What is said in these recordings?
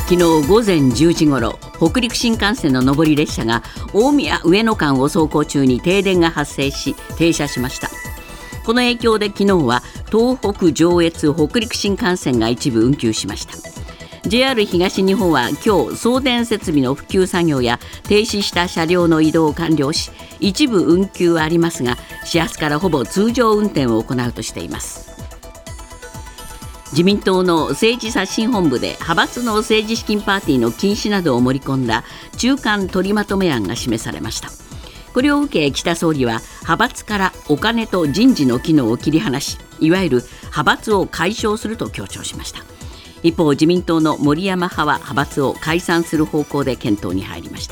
昨日午前10時ごろ、北陸新幹線の上り列車が大宮上野間を走行中に停電が発生し停車しました。この影響で昨日は東北上越北陸新幹線が一部運休しました。 JR 東日本は今日送電設備の復旧作業や停止した車両の移動を完了し、一部運休はありますが始発からほぼ通常運転を行うとしています。自民党の政治刷新本部で派閥の政治資金パーティーの禁止などを盛り込んだ中間取りまとめ案が示されました。これを受け岸田総理は派閥からお金と人事の機能を切り離し、いわゆる派閥を解消すると強調しました。一方、自民党の森山派は派閥を解散する方向で検討に入りました。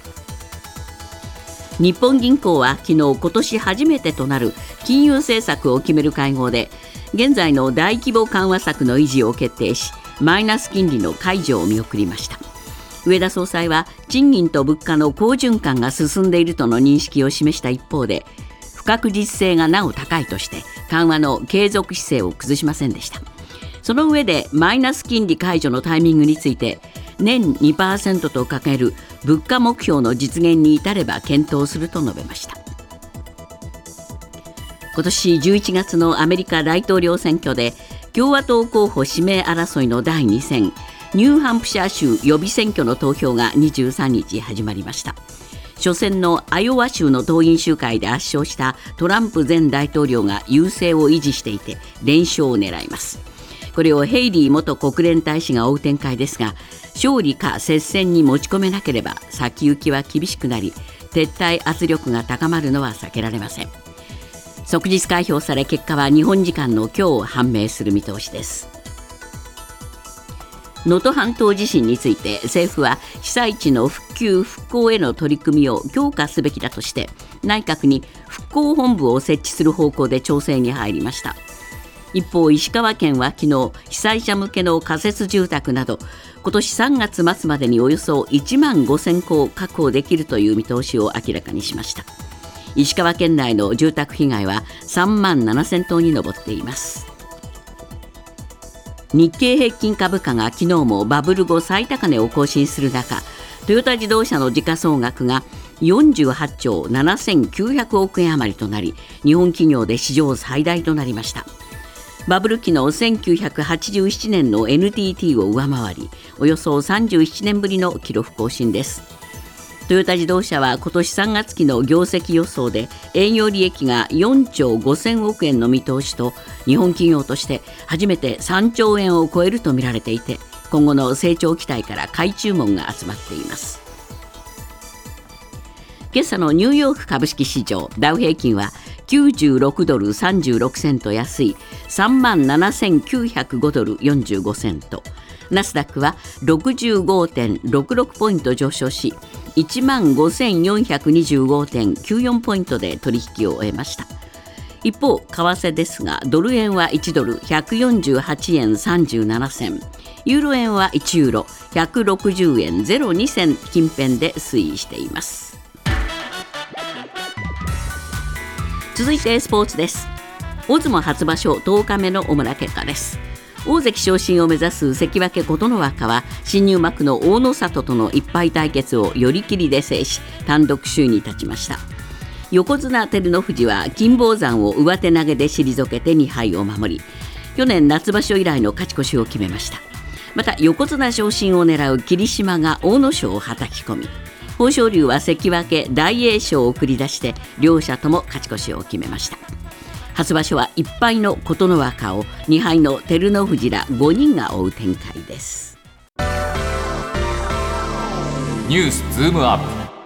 日本銀行は昨日、今年初めてとなる金融政策を決める会合で、現在の大規模緩和策の維持を決定し、マイナス金利の解除を見送りました。植田総裁は賃金と物価の好循環が進んでいるとの認識を示した一方で、不確実性がなお高いとして緩和の継続姿勢を崩しませんでした。その上でマイナス金利解除のタイミングについて、年 2% と掲げる物価目標の実現に至れば検討すると述べました。今年11月のアメリカ大統領選挙で共和党候補指名争いの第2戦、ニューハンプシャー州予備選挙の投票が23日始まりました。初戦のアイオワ州の党員集会で圧勝したトランプ前大統領が優勢を維持していて連勝を狙います。これをヘイリー元国連大使が追う展開ですが、勝利か接戦に持ち込めなければ先行きは厳しくなり、撤退圧力が高まるのは避けられません。即日開票され、結果は日本時間の今日判明する見通しです。能登半島地震について政府は被災地の復旧・復興への取り組みを強化すべきだとして、内閣に復興本部を設置する方向で調整に入りました。一方、石川県は昨日、被災者向けの仮設住宅など今年3月末までにおよそ1万5000戸を確保できるという見通しを明らかにしました。石川県内の住宅被害は3万7000棟に上っています。日経平均株価が昨日もバブル後最高値を更新する中、トヨタ自動車の時価総額が48兆7900億円余りとなり、日本企業で史上最大となりました。バブル期の1987年の NTT を上回り、およそ37年ぶりの記録更新です。トヨタ自動車は今年3月期の業績予想で営業利益が4兆5000億円の見通しと、日本企業として初めて3兆円を超えるとみられていて、今後の成長期待から買い注文が集まっています。今朝のニューヨーク株式市場、ダウ平均は96ドル36セント安い37,905ドル45セント、ナスダックは 65.66 ポイント上昇し 15,425.94 ポイントで取引を終えました。一方、為替ですが、ドル円は1ドル148円37銭、ユーロ円は1ユーロ160円02銭近辺で推移しています。続いてスポーツです。大相撲初場所10日目の主な結果です。大関昇進を目指す関脇琴ノ若は新入幕の大野里との一敗対決を寄り切りで制し、単独首位に立ちました。横綱照ノ富士は金峰山を上手投げで退けて2敗を守り、去年夏場所以来の勝ち越しを決めました。また横綱昇進を狙う霧島が阿武咲をはたき込み、豊昇龍は関脇大栄翔を繰り出して両者とも勝ち越しを決めました。初場所は1敗の琴ノ若を2敗の照ノ富士ら5人が追う展開です。 ニュースズームアッ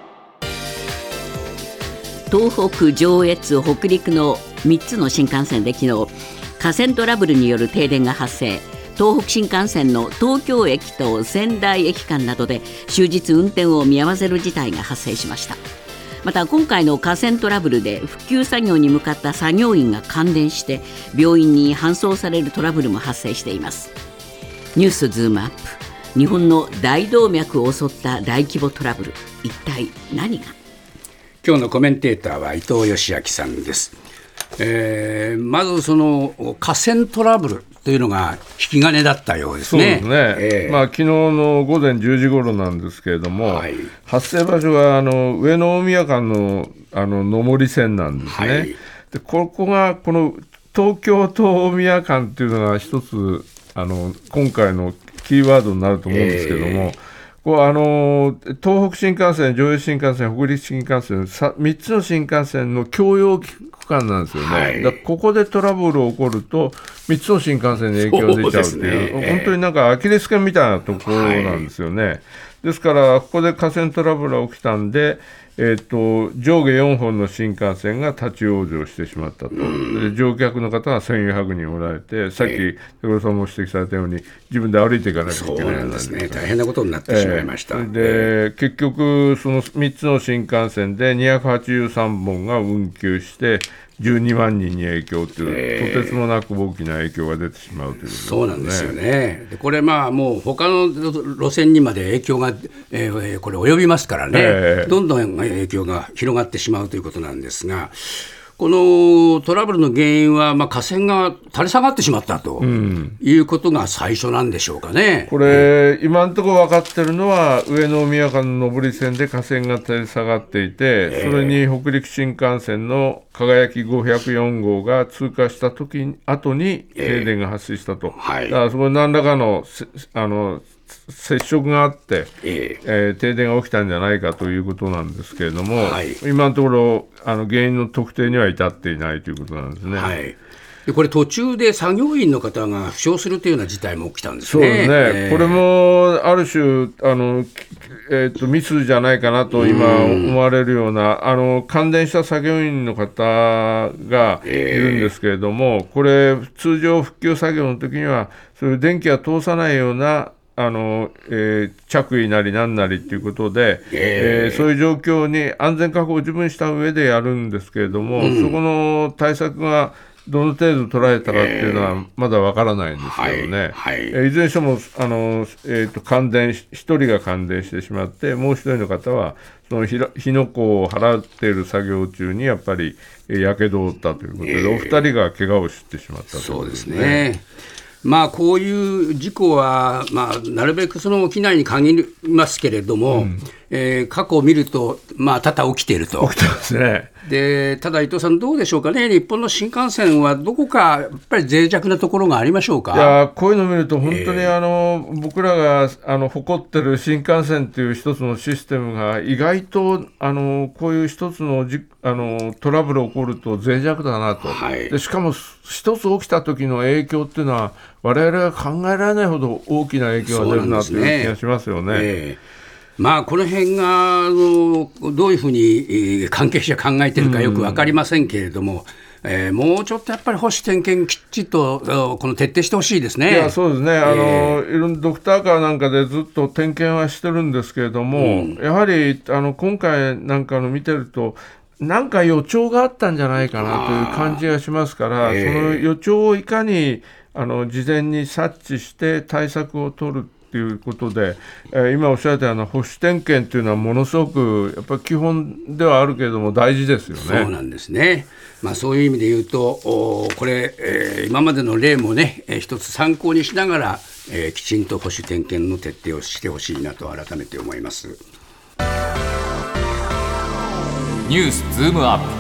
プ。東北上越北陸の3つの新幹線で昨日、架線トラブルによる停電が発生。東北新幹線の東京駅と仙台駅間などで終日運転を見合わせる事態が発生しました。また今回の架線トラブルで復旧作業に向かった作業員が感電して病院に搬送されるトラブルも発生しています。ニュースズームアップ。日本の大動脈を襲った大規模トラブル、一体何が。 今日のコメンテーターは伊藤義明さんです。まずその架線トラブルというのが引き金だったようですね。 そうですね、昨日の午前10時頃なんですけれども、発生場所が上野大宮間の上り線なんですね。でここがこの東京と大宮間っていうのが一つ今回のキーワードになると思うんですけども、東北新幹線、上越新幹線、北陸新幹線3つの新幹線の共用区間なんですよね。だからここでトラブルが起こると3つの新幹線に影響が出ちゃうっていう、本当になんかアキレス腱みたいなところなんですよね。ですからここで架線トラブルが起きたんで、上下4本の新幹線が立ち往生してしまったと。で乗客の方が1400人おられて、さっき手黒さんも指摘されたように自分で歩いていかなきゃいけない。 そうなんですね。大変なことになってしまいました。 で結局その3つの新幹線で283本が運休して12万人に影響という、とてつもなく大きな影響が出てしまうということですね。 そうなんですよね。でこれもう他の路線にまで影響が、これ及びますからね、どんどん影響が広がってしまうということなんですが、このトラブルの原因は、架線が垂れ下がってしまったということが最初なんでしょうかね。 これ、今のところ分かっているのは上野大宮間の上り線で架線が垂れ下がっていて、それに北陸新幹線の輝き504号が通過した後に停電が発生したと。だからそこに何らかの接触があって、停電が起きたんじゃないかということなんですけれども、今のところ原因の特定には至っていないということなんですね。 でこれ途中で作業員の方が負傷するというような事態も起きたんですね。 そうですね、これもある種ミスじゃないかなと今思われるような感電した作業員の方がいるんですけれども、これ通常復旧作業の時にはそういう電気が通さないような着衣なりなんなりということで、そういう状況に安全確保を十分した上でやるんですけれども、そこの対策がどの程度取られたかっていうのはまだわからないんですけどね、いずれにしても感電1人が感電してしまって、もう1人の方はその火の粉を払っている作業中にやっぱりやけどを負ったということで、お二人が怪我をしてしまったということですね。 そうですね。こういう事故は、なるべくその機内に限りますけれども、過去を見ると、多々起きていると。 起きてますね。 でただ伊藤さん、どうでしょうかね、日本の新幹線はどこかやっぱり脆弱なところがありましょうか。 いやこういうのを見ると本当に、僕らが誇ってる新幹線という一つのシステムが意外とこういう一つのトラブルが起こると脆弱だなと、でしかも一つ起きた時の影響っていうのは我々が考えられないほど大きな影響が出るなという気がしますよね。 この辺がどういうふうに関係者考えているかよく分かりませんけれども、もうちょっとやっぱり保守点検きっちりと徹底してほしいですね。 いやそうですね、いろんなドクターカーなんかでずっと点検はしてるんですけれども、やはり今回なんかの見てるとなんか予兆があったんじゃないかなという感じがしますから、その予兆をいかに事前に察知して対策を取るということで、今おっしゃったような保守点検というのはものすごくやっぱり基本ではあるけれども大事ですよね。 そうなんですね。そういう意味で言うとこれ、今までの例もね、一つ参考にしながら、きちんと保守点検の徹底をしてほしいなと改めて思います。 ニュースズームアップ。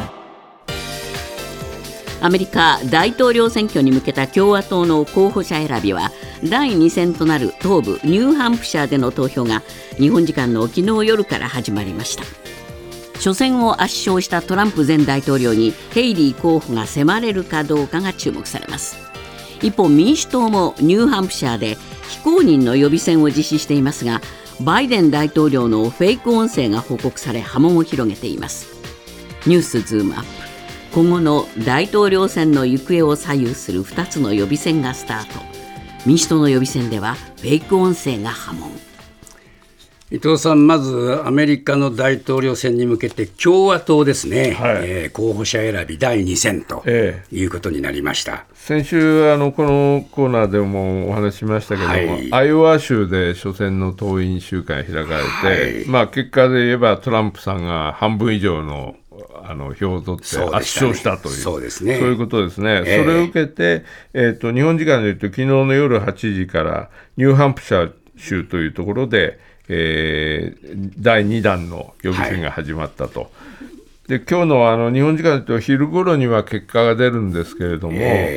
アメリカ大統領選挙に向けた共和党の候補者選びは第2戦となる東部ニューハンプシャーでの投票が日本時間の昨日夜から始まりました。初戦を圧勝したトランプ前大統領にヘイリー候補が迫れるかどうかが注目されます。一方民主党もニューハンプシャーで非公認の予備選を実施していますが、バイデン大統領のフェイク音声が報告され波紋を広げています。ニュースズームアップ。今後の大統領選の行方を左右する2つの予備選がスタート。民主党の予備選ではフェイク音声が波紋。 伊藤さん、まずアメリカの大統領選に向けて共和党ですね、候補者選び第2戦ということになりました。 先週このコーナーでもお話ししましたけども、アイオワ州で初戦の党員集会が開かれて、結果で言えばトランプさんが半分以上の票を取って圧勝したという、 そうですね、 そういうことですね。それを受けて、日本時間でいうと昨日の夜8時からニューハンプシャー州というところで、第2弾の予備選が始まったと。で今日の日本時間でいうと昼頃には結果が出るんですけれども、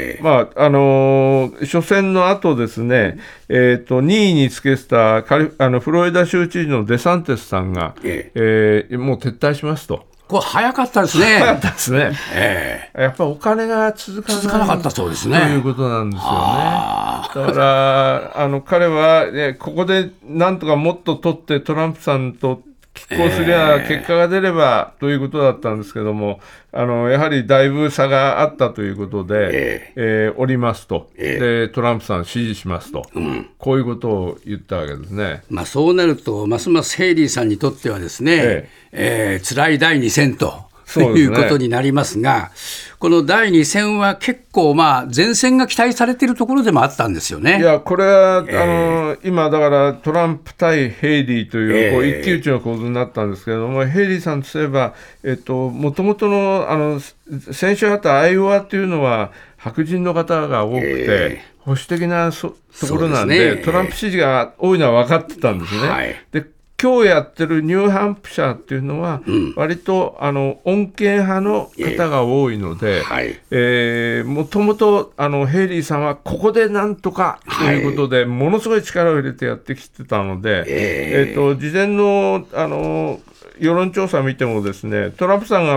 初戦の後ですね、2位につけてたフロリダ州知事のデサンティスさんが、もう撤退しますと。 これ早かったですね。 早かったですね。やっぱりお金が続かなかったそうですね。 ということなんですよね。だから彼は、ここでなんとかもっと取ってトランプさんと拮抗すりゃ結果が出ればということだったんですけども、やはりだいぶ差があったということで、おりますと、でトランプさん支持しますと、こういうことを言ったわけですね。 そうなるとますますヘイリーさんにとってはですね、辛い第2戦ということになりますが、この第2戦は結構前線が期待されているところでもあったんですよね。 いやこれは、今だからトランプ対ヘイリーという、一騎打ちの構図になったんですけれども、ヘイリーさんとすればもともとの先週あったアイオワというのは白人の方が多くて、保守的なところなんで、トランプ支持が多いのは分かってたんですね。で今日やってるニューハンプシャーっていうのは、割と穏健派の方が多いので、もともとヘイリーさんはここでなんとかということで、ものすごい力を入れてやってきてたので、事前の世論調査を見てもですね、トランプさんが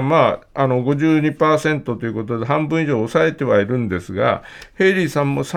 52% ということで半分以上抑えてはいるんですが、ヘイリーさんも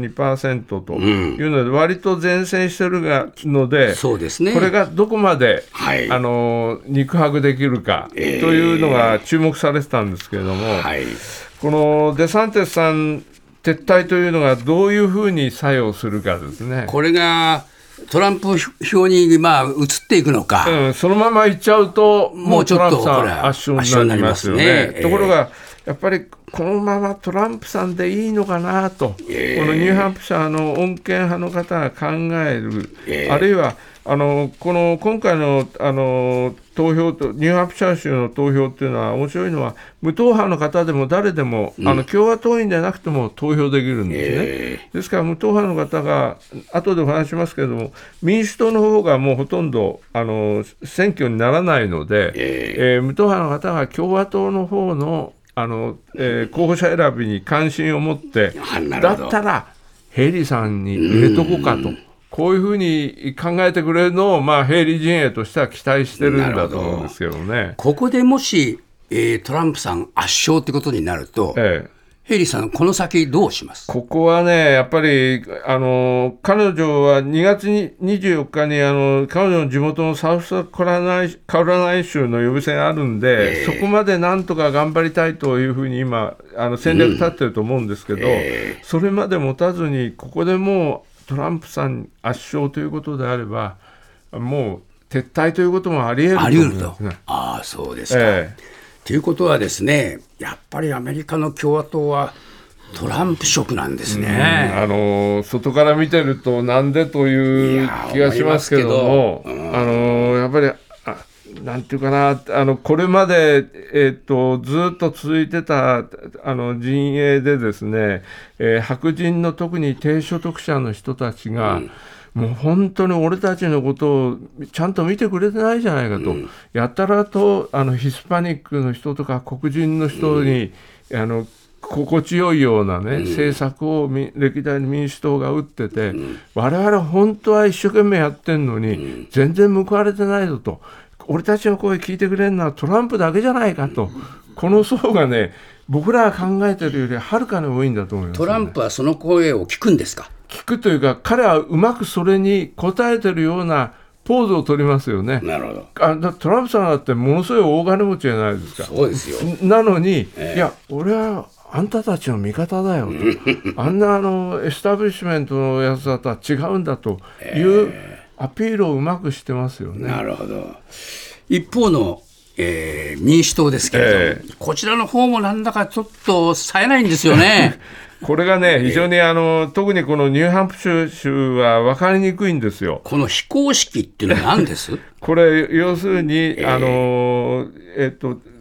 32% というので、割と善戦してるので、 そうですね、 これがどこまで、肉薄できるかというのが注目されてたんですけれども、このデサンティスさん撤退というのがどういうふうに作用するかですね。 これがトランプ票に移っていくのか、 そのままいっちゃうともうトランプさん圧勝になりますよね。ところがやっぱりこのままトランプさんでいいのかなと、このニューハンプシャーの穏健派の方が考える、あるいはこの今回の投票とニューハンプシャー州の投票っていうのは面白いのは、無党派の方でも誰でも、共和党員でなくても投票できるんですね。ですから無党派の方が後でお話しますけれども、民主党の方がもうほとんど選挙にならないので、無党派の方が共和党の方の候補者選びに関心を持って、だったらヘイリーさんに入れとこうかと、こういうふうに考えてくれるのを、ヘイリー陣営としては期待してるんだと思うんですけどね。 ここでもし、トランプさん圧勝ということになると、ヘイリーさんこの先どうします？ ここはね、やっぱり彼女は2月24日に彼女の地元のサウスカロライナ州の予備選あるんで、そこまでなんとか頑張りたいというふうに今戦略立ってると思うんですけど、それまで持たずにここでもうトランプさん圧勝ということであれば、もう撤退ということもあり得ると思いますね。 そうですか。ということはですね、やっぱりアメリカの共和党はトランプ色なんですね。 外から見てるとなんでという気がしますけども、やっぱりなんていうかな、これまで、ずっと続いてた陣営でですね、白人の特に低所得者の人たちが、もう本当に俺たちのことをちゃんと見てくれてないじゃないかと、やたらとヒスパニックの人とか黒人の人に、心地よいようなね、政策を歴代の民主党が打ってて、我々本当は一生懸命やってんのに、全然報われてないぞと、俺たちの声聞いてくれるのはトランプだけじゃないかと、この層がね、僕らが考えてるよりはるかに多いんだと思います、ね。 トランプはその声を聞くんですか？ 聞くというか、彼はうまくそれに応えてるようなポーズを取りますよね。 なるほど。 トランプさんだってものすごい大金持ちじゃないですか。 そうですよ。 なのに、いや俺はあんたたちの味方だよと、あんなエスタブリッシュメントのやつだとは違うんだというアピールをうまくしてますよね。 なるほど。一方の民主党ですけれども、こちらの方もなんだかちょっと冴えないんですよね。 これがね、非常に特にこのニューハンプシャー州は分かりにくいんですよ。 この非公式っていうのは何です？ これ要するに、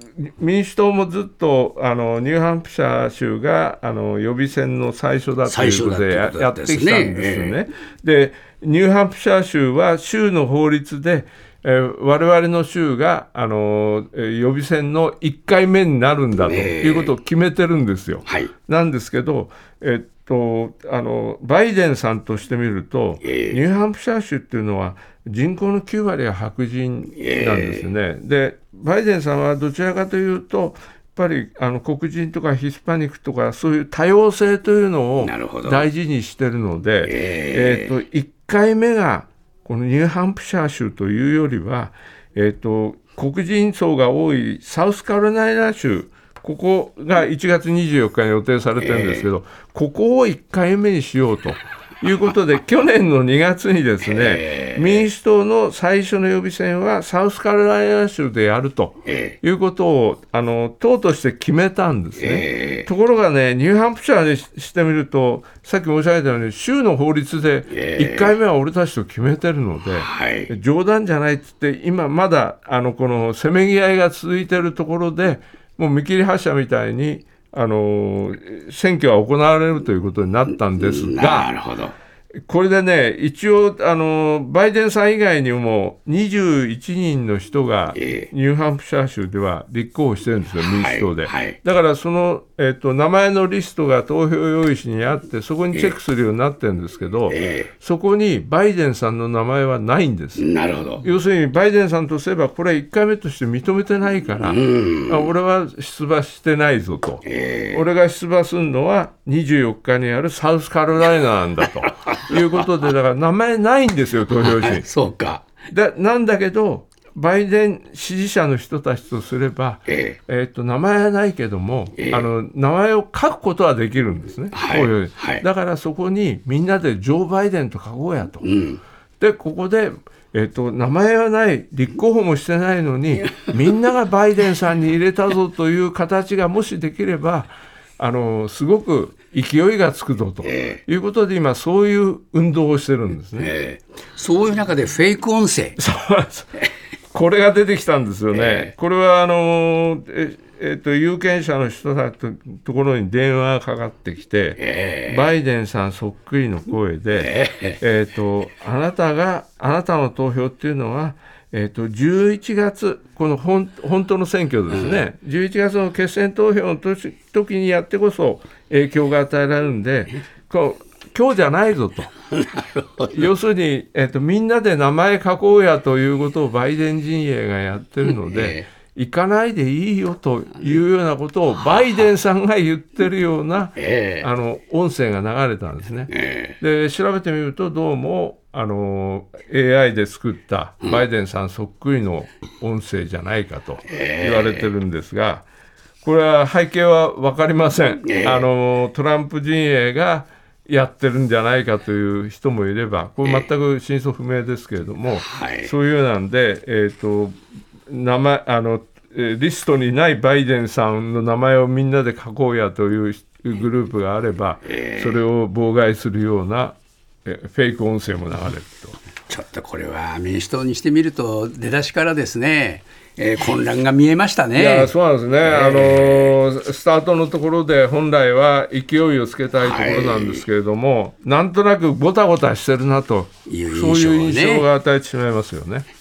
民主党もずっとニューハンプシャー州が予備選の最初だということでやってきたんですよね。でニューハンプシャー州は州の法律で我々の州が予備選の1回目になるんだということを決めてるんですよ。なんですけど、バイデンさんとしてみると、ニューハンプシャー州っていうのは人口の9割は白人なんですね。でバイデンさんはどちらかというとやっぱり黒人とかヒスパニックとかそういう多様性というのを大事にしてるので、1回目がこのニューハンプシャー州というよりは、黒人層が多いサウスカロライナ州、ここが1月24日に予定されてるんですけど、ここを1回目にしようということで去年の2月にですね、民主党の最初の予備選はサウスカロライナ州でやるということを党として決めたんですね。ところがね、ニューハンプシャーにしてみると、さっき申し上げたように州の法律で1回目は俺たちと決めてるので、冗談じゃないって言って、今まだこのせめぎ合いが続いているところで、もう見切り発車みたいに選挙は行われるということになったんですが、 なるほど。 これでね、一応バイデンさん以外にも21人の人がニューハンプシャー州では立候補してるんですよ、民主党で。だからその、名前のリストが投票用紙にあって、そこにチェックするようになってるんですけど、そこにバイデンさんの名前はないんです。 なるほど。 要するにバイデンさんとすればこれは1回目として認めてないから、俺は出馬してないぞと、俺が出馬するのは24日にあるサウスカロライナなんだということで、だから名前ないんですよ、投票紙。 そうか。 なんだけどバイデン支持者の人たちとすれば、名前はないけども、名前を書くことはできるんですね、だからそこにみんなでジョー・バイデンと書こうやと、でここで、名前はない、立候補もしてないのにみんながバイデンさんに入れたぞという形がもしできればすごく勢いがつくぞということで、今そういう運動をしてるんですね。 そういう中でフェイク音声これが出てきたんですよね。これは有権者の人たちのところに電話がかかってきて、バイデンさんそっくりの声で、あなたの投票っていうのは11月、この本当の選挙ですね、11月の決選投票の時にやってこそ影響が与えられるんで、今日じゃないぞと要するに、みんなで名前書こうやということをバイデン陣営がやってるので、行かないでいいよというようなことをバイデンさんが言ってるような、音声が流れたんですね。で調べてみると、どうもAI で作ったバイデンさんそっくりの音声じゃないかと言われてるんですが、これは背景は分かりません。トランプ陣営がやってるんじゃないかという人もいれば、これ全く真相不明ですけれども、そういうなんで、リストにないバイデンさんの名前をみんなで書こうやというグループがあれば、それを妨害するようなフェイク音声も流れると。 ちょっとこれは民主党にしてみると出だしからですね、混乱が見えましたね。 いや、そうなんですね。スタートのところで本来は勢いをつけたいところなんですけれども、なんとなくゴタゴタしてるなと、そういう印象が与えてしまいますよね。